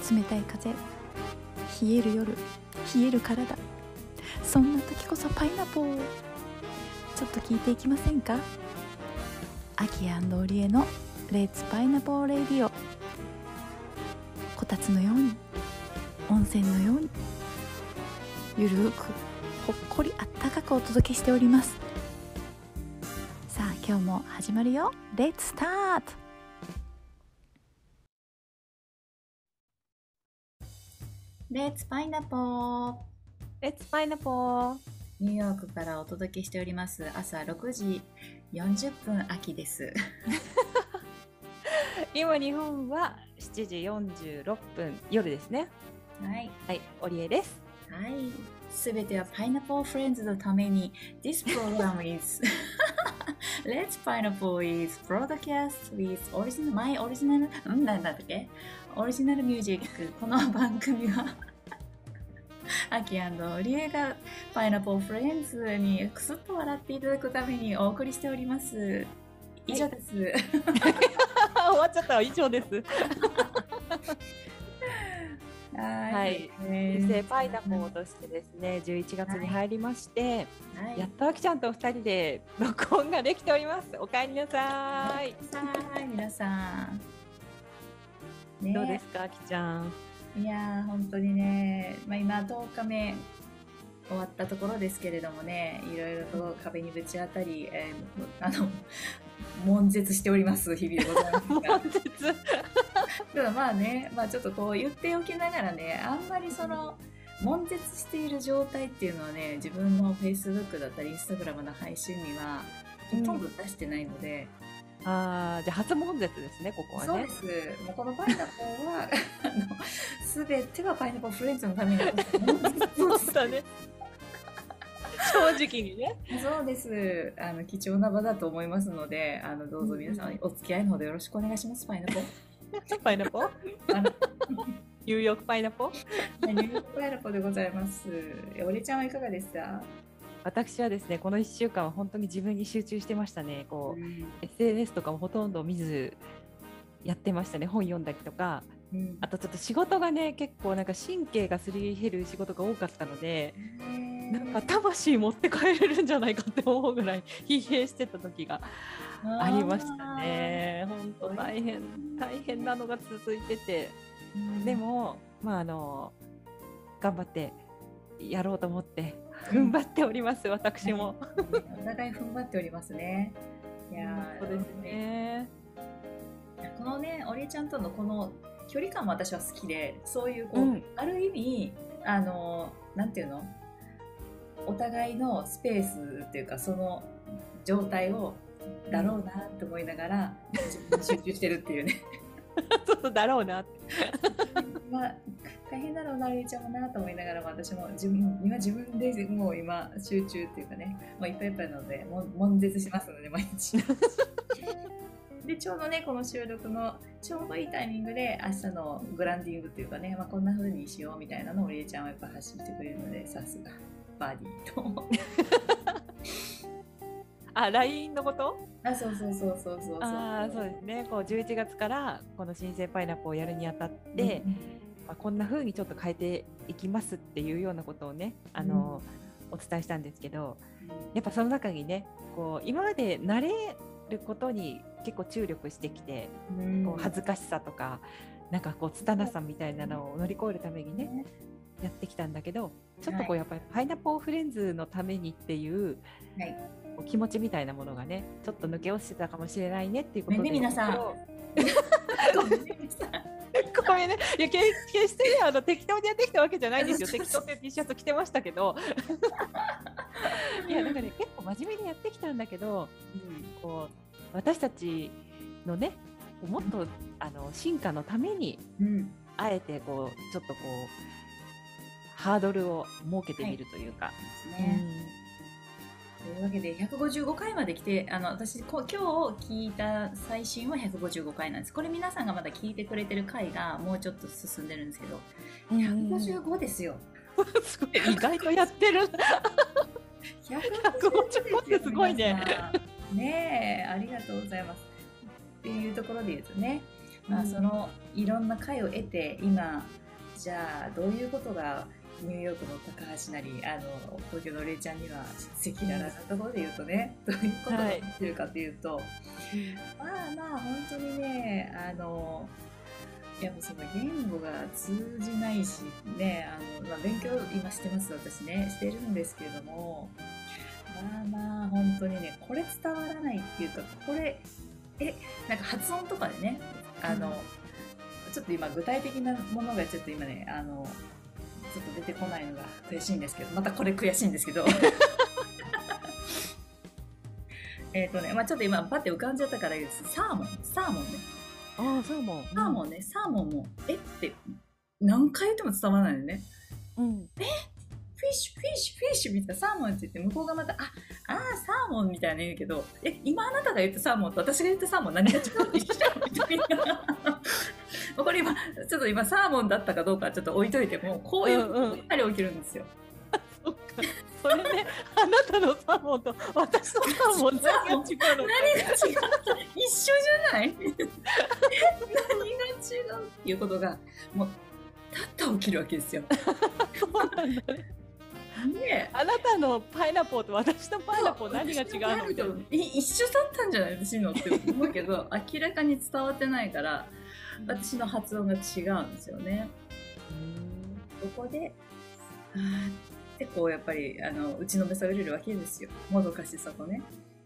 冷たい風、冷える夜、冷える体、そんな時こそパイナポー。ちょっと聞いていきませんか。アキ&オリエのレッツパイナポーレディオ。こたつのように、温泉のように、ゆるくほっこりあったかくお届けしております。さあ今日も始まるよ。レッツスタート。レッツパイナポー。 レッツパイナポー。 ニューヨークからお届けしております朝6時40分秋です。 今日本は7時46分夜ですね。 はいはい、オリエです。 はい、すべてはパイナポーフレンズのために This program is Let's Pineapple is broadcast with my original なんだっけオリジナルミュージック。この番組はアキ&オリエがパイナポーフレンズにくすっと笑っていただくためにお送りしております。以上です。 終わっちゃった。以上です。はい、人生パイナポーとしてですね、11月に入りまして、はい、やっとあきちゃんと2人で録音ができております。おかえりなさい。 はい、皆さん、 ね、どうですか、あきちゃん。 いやー本当にね、今10日目終わったところですけれどもね、いろいろと壁にぶち当たり、悶絶しております日々でございますが悶絶ただまあね、ちょっとこう言っておきながらね、あんまりその悶絶している状態っていうのはね、自分の Facebook だったり Instagram の配信にはほとんど出してないので、 じゃあ初悶絶ですね、ここはね。 そうです。もうこのパイナポーはすべてはパイナポーフレンズのためにそうだね。正直にね。 そうです。貴重な場だと思いますので、どうぞ皆さんお付き合いのほどよろしくお願いします。パイナポー。 パイナポー？ニューヨークパイナポー？ ニューヨークパイナポーでございます。おりちゃんはいかがですか？ 私はですね、この1週間は本当に自分に集中してましたね。SNS とかもほとんど見ずやってましたね。本読んだりとか、あとちょっと仕事がね、結構なんか神経がすり減る仕事が多かったので、なんか魂持って帰れるんじゃないかって思うぐらい疲弊してた時がありましたね。本当大変なのが続いてて、でも頑張ってやろうと思って踏ん張っております、私も。 お互い踏ん張っておりますね。いやそうですね。 このね、おりえちゃんとのこの距離感も私は好きで、そういうある意味なんていうの、お互いのスペースっていうか、その状態をだろうなって思いながら自分に集中してるっていうね。 そうだろうなって。 大変だろうな、おりえちゃんもなと思いながら、私も自分でもう今集中っていうかね、もういっぱいいっぱいなので悶絶しますので毎日。でちょうどね、この収録のちょうどいいタイミングで明日のグランディングっていうかね、こんな風にしようみたいなのをおりえちゃんはやっぱ発信してくれるので、さすがバーディーと思って。 LINE のこと？ そうそうですね。11月からこの新生パイナポーをやるにあたって、こんな風にちょっと変えていきますっていうようなことをね、お伝えしたんですけど、やっぱその中にね、今まで慣れることに結構注力してきて、恥ずかしさとかなんか拙さみたいなのを乗り越えるためにね、やってきたんだけど、ちょっとやっぱりパイナポーフレンズのためにっていう、気持ちみたいなものがね、ちょっと抜け落ちてたかもしれないねっていうことで、 皆さんごめんね。いや、決してね、適当にやってきたわけじゃないんですよ。適当って T シャツ着てましたけど。いや、なんかね、結構真面目にやってきたんだけど、私たちのね、もっと進化のために、あえてちょっとハードルを設けてみるというか。 というわけで155回まで来て、私今日聞いた最新は155回なんです。これ皆さんがまだ聞いてくれてる回がもうちょっと進んでるんですけど、155ですよ。 すごい、意外とやってる。155ってすごいね。 ねえ、ありがとうございます。っていうところで言うとね、そのいろんな回を得て今じゃあどういうことがニューヨークの高橋なり東京のれいちゃんには赤裸々なところで言うとね、どういうことが起きるかというと、まあ本当にねやっぱその言語が通じないしね、勉強今してます、私ねしてるんですけれども、まあ本当にね、これ伝わらないっていうか、これなんか発音とかでね、ちょっと今具体的なものがちょっと今ねちょっと出てこないのが悔しいんですけど、またこれ悔しいんですけどちょっと今パッて浮かんじゃったから言うと、サーモンね。 サーモンもって何回言っても伝わらないよね。フィッシュみたいな、サーモンって言って向こうがまたサーモンみたいな言うけど、今あなたが言ったサーモンと私が言ったサーモン何が違うって一緒みたいなこれ今ちょっと今サーモンだったかどうかちょっと置いといても、こういうことばっかり起きるんですよ。 そっか、それね、あなたのサーモンと私のサーモン何が違うの？何が違う？ 一緒じゃない？何が違うっていうことがもうたった起きるわけですよ。 そうなんだね。あなたのパイナポーと私のパイナポー何が違うのみたいな。 一緒だったんじゃない私のって思うけど明らかに伝わってないから私の発音が違うんですよね。そこででこうやっぱり打ちのめされるわけですよ、もどかしさとね。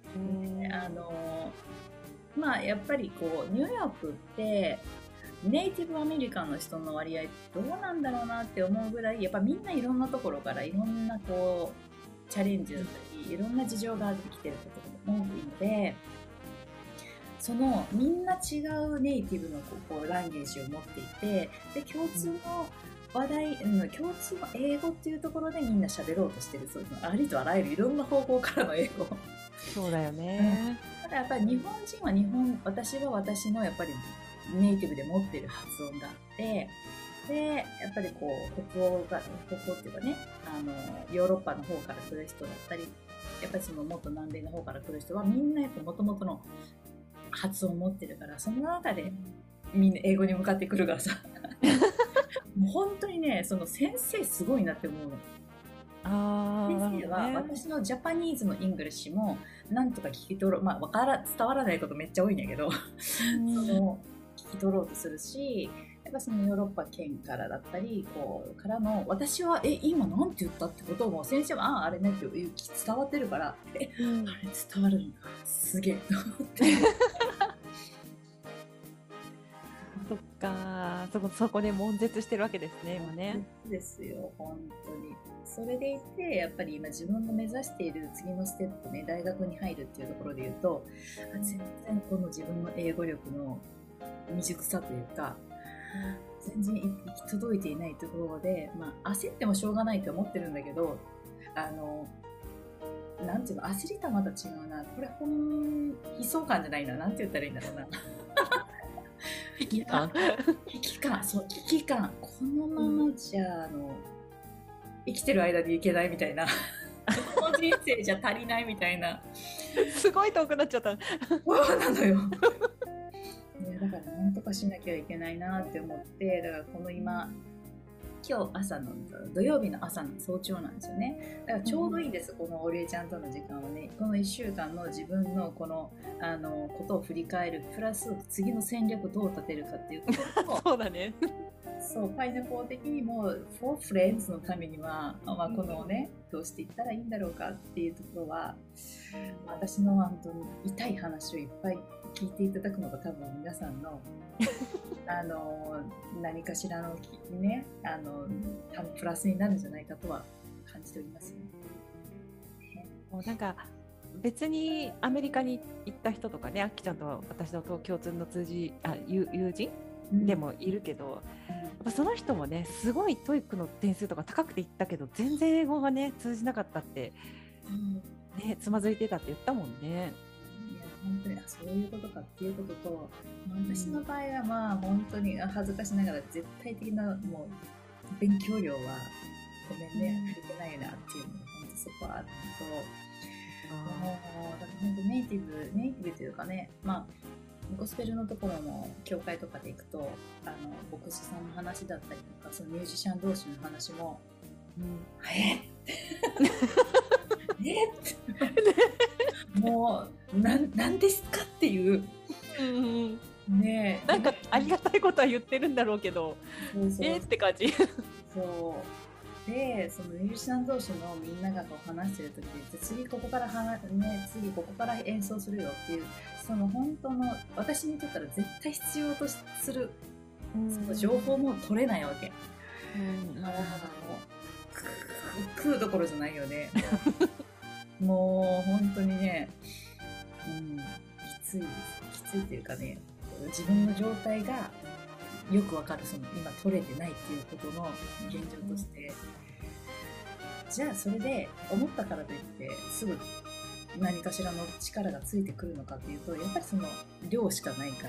やっぱりこうニューヨークってネイティブアメリカンの人の割合どうなんだろうなって思うぐらい、やっぱみんないろんなところからいろんなこうチャレンジだったりいろんな事情があってきてることが多いので、そのみんな違うネイティブのこうランゲージを持っていて、で共通の話題、共通の英語っていうところでみんな喋ろうとしてる、そういうのありとあらゆるいろんな方向からの英語。 そうだよね。 ただやっぱり日本人は私は私のやっぱりネイティブで持ってる発音があって、でやっぱりこう北欧っていうかね、ヨーロッパの方から来る人だったり、やっぱりそのもっと南米の方から来る人はみんなやっぱ元々の発音を持ってるから、その中でみんな英語に向かってくるからさもう本当にね、その先生すごいなって思うの。先生は私のジャパニーズのイングリッシュもなんとか聞き取ろう、伝わらないことめっちゃ多いんだけどその聞き取ろうとするし、やっぱそのヨーロッパ圏からだったりからの、私は今なんて言ったってことをもう先生はあれねって伝わってるから、あれ伝わるんだ、すげえと思ってそっか、そこで悶絶してるわけですね、今ね。 ですよ、本当に。それでいて、やっぱり今自分が目指している次のステップね、大学に入るっていうところで言うと、全然この自分の英語力の未熟さというか、全然行き届いていないところで、焦ってもしょうがないと思ってるんだけど、なんていうの、焦りとはまた違うな。これ悲壮感じゃないな。なんて言ったらいいんだろうな。 危機感。 そう、危機感。このままじゃ、生きてる間にいけないみたいな。この人生じゃ足りないみたいな。 すごい遠くなっちゃった。 そうなのよ。だからなんとかしなきゃいけないなって思って、だからこの今日朝の土曜日の朝の早朝なんですよね。だからちょうどいいです、このオリエちゃんとの時間はね。この1週間の自分のこのことを振り返るプラス次の戦略どう立てるかっていうこととそうだね。 そう、パイナポー的にも for friends のためには、このね、どうしていったらいいんだろうかっていうところは、私の本当に痛い話をいっぱい聞いていただくのが多分皆さんの何かしらのね、プラスになるんじゃないかとは感じておりますよね。 もうなんか別にアメリカに行った人とかね、あっきちゃんと私の共通の友人でもいるけど、やっぱその人もね、すごいトイックの点数とか高くて言ったけど全然英語がね通じなかったって、ね、つまずいてたって言ったもんね。 いや本当にそういうことかっていうことと、私の場合は本当に恥ずかしながら絶対的なもう勉強量はごめんね、足りてないなっていうのが本当そこはあるのと、だから本当ネイティブというかね、 ゴスペルのところの教会とかで行くと、牧師さんの話だったりとか、そのミュージシャン同士の話も、もうなんですかっていう、ねえ、 なんかありがたいことは言ってるんだろうけど、って感じ。 そうで、そのミュージシャン同士のみんながこう話してる時で、次ここから次ここから演奏するよっていう、その本当の私にとったら絶対必要とする、その情報も取れないわけ。食うどころじゃないよね。もう本当にね、きついです。きついというかね、自分の状態がよくわかる、その今取れてないっていうことの現状として、じゃあそれで思ったからといってすぐ何かしらの力がついてくるのかっていうと、やっぱりその量しかないから、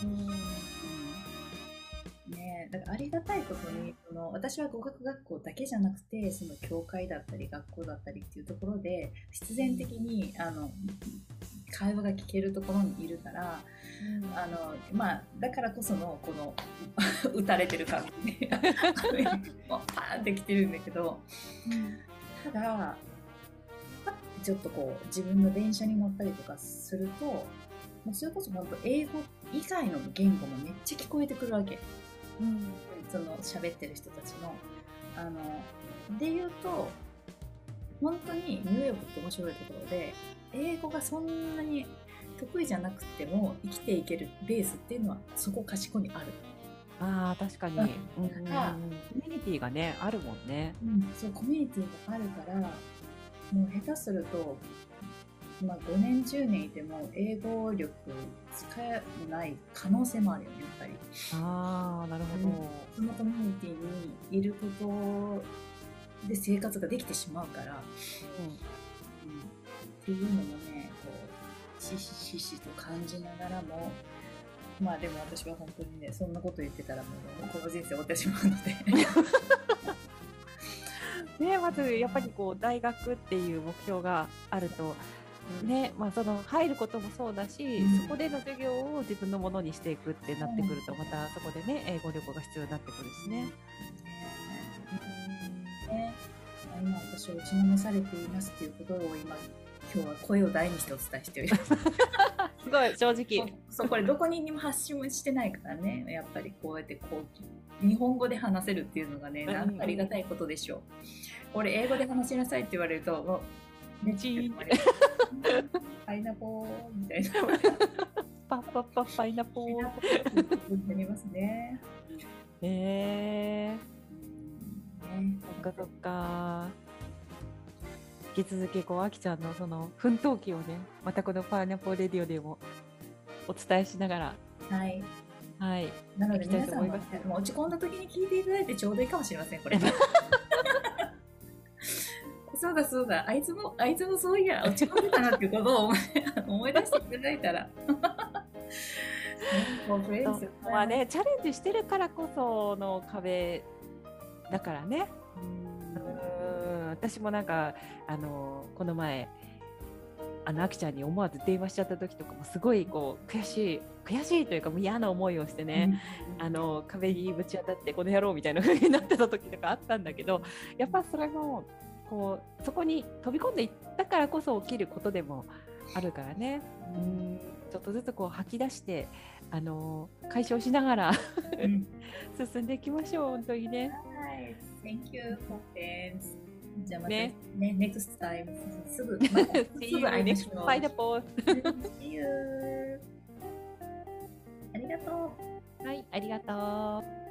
ね、だからありがたいことに、私は語学学校だけじゃなくて、その教会だったり学校だったりっていうところで必然的に会話が聞けるところにいるから、まあ、だからこそのこの打たれてる感じでパーンってきてるんだけど、ただちょっとこう自分の電車に乗ったりとかすると、もうそれこそ本当英語以外の言語もめっちゃ聞こえてくるわけ。その喋ってる人たちので言うと、本当にニューヨークって面白いところで、英語がそんなに得意じゃなくても生きていけるベースっていうのはそこかしこにある。 確かに、コミュニティがねあるもんね。 そう、コミュニティがあるから、もう下手すると、5年10年いても英語力使えない可能性もあるよね、やっぱり。 なるほど。 そのコミュニティにいることで生活ができてしまうから、っていうのもね、こうひしひしと感じながらも、でも私は本当にね、そんなこと言ってたらもうこの人生終わってしまうのでまずやっぱりこう大学っていう目標があるとね、その入ることもそうだし、そこでの授業を自分のものにしていくってなってくると、またそこでね英語力が必要になってくるしね。 今私は打ちのめされていますっていうことを今日は声を大にしてお伝えしております。 すごい正直。 そうこれどこにも発信もしてないからね、やっぱりこうやって日本語で話せるっていうのがね、なんかありがたいことでしょう。俺英語で話しなさいって言われるとめっちゃパイナポーみたいなパイナポーなりますね。 そっか。引き続きあきちゃんのその奮闘記をね、またこのパイナポーレディオでもお伝えしながら、 なので皆さんも落ち込んだ時に聞いていただいてちょうどいいかもしれません、これ。そうだ、あいつもそういや落ち込んでたなっていうことを思い出していただいたら。 チャレンジしてるからこその壁だからね。私もなんかこの前あきちゃんに思わず電話しちゃった時とかもすごい悔しいというかもう嫌な思いをしてね、壁にぶち当たってこの野郎みたいな風になってた時とかあったんだけど、やっぱそれもそこに飛び込んでいったからこそ起きることでもあるからね。ちょっとずつ吐き出して解消しながら進んでいきましょう、本当にね。 Thank you for friends。じゃあまたね、next time すぐ会いましょう。 パイナポー。 See you。ありがとう。 はい、ありがとう。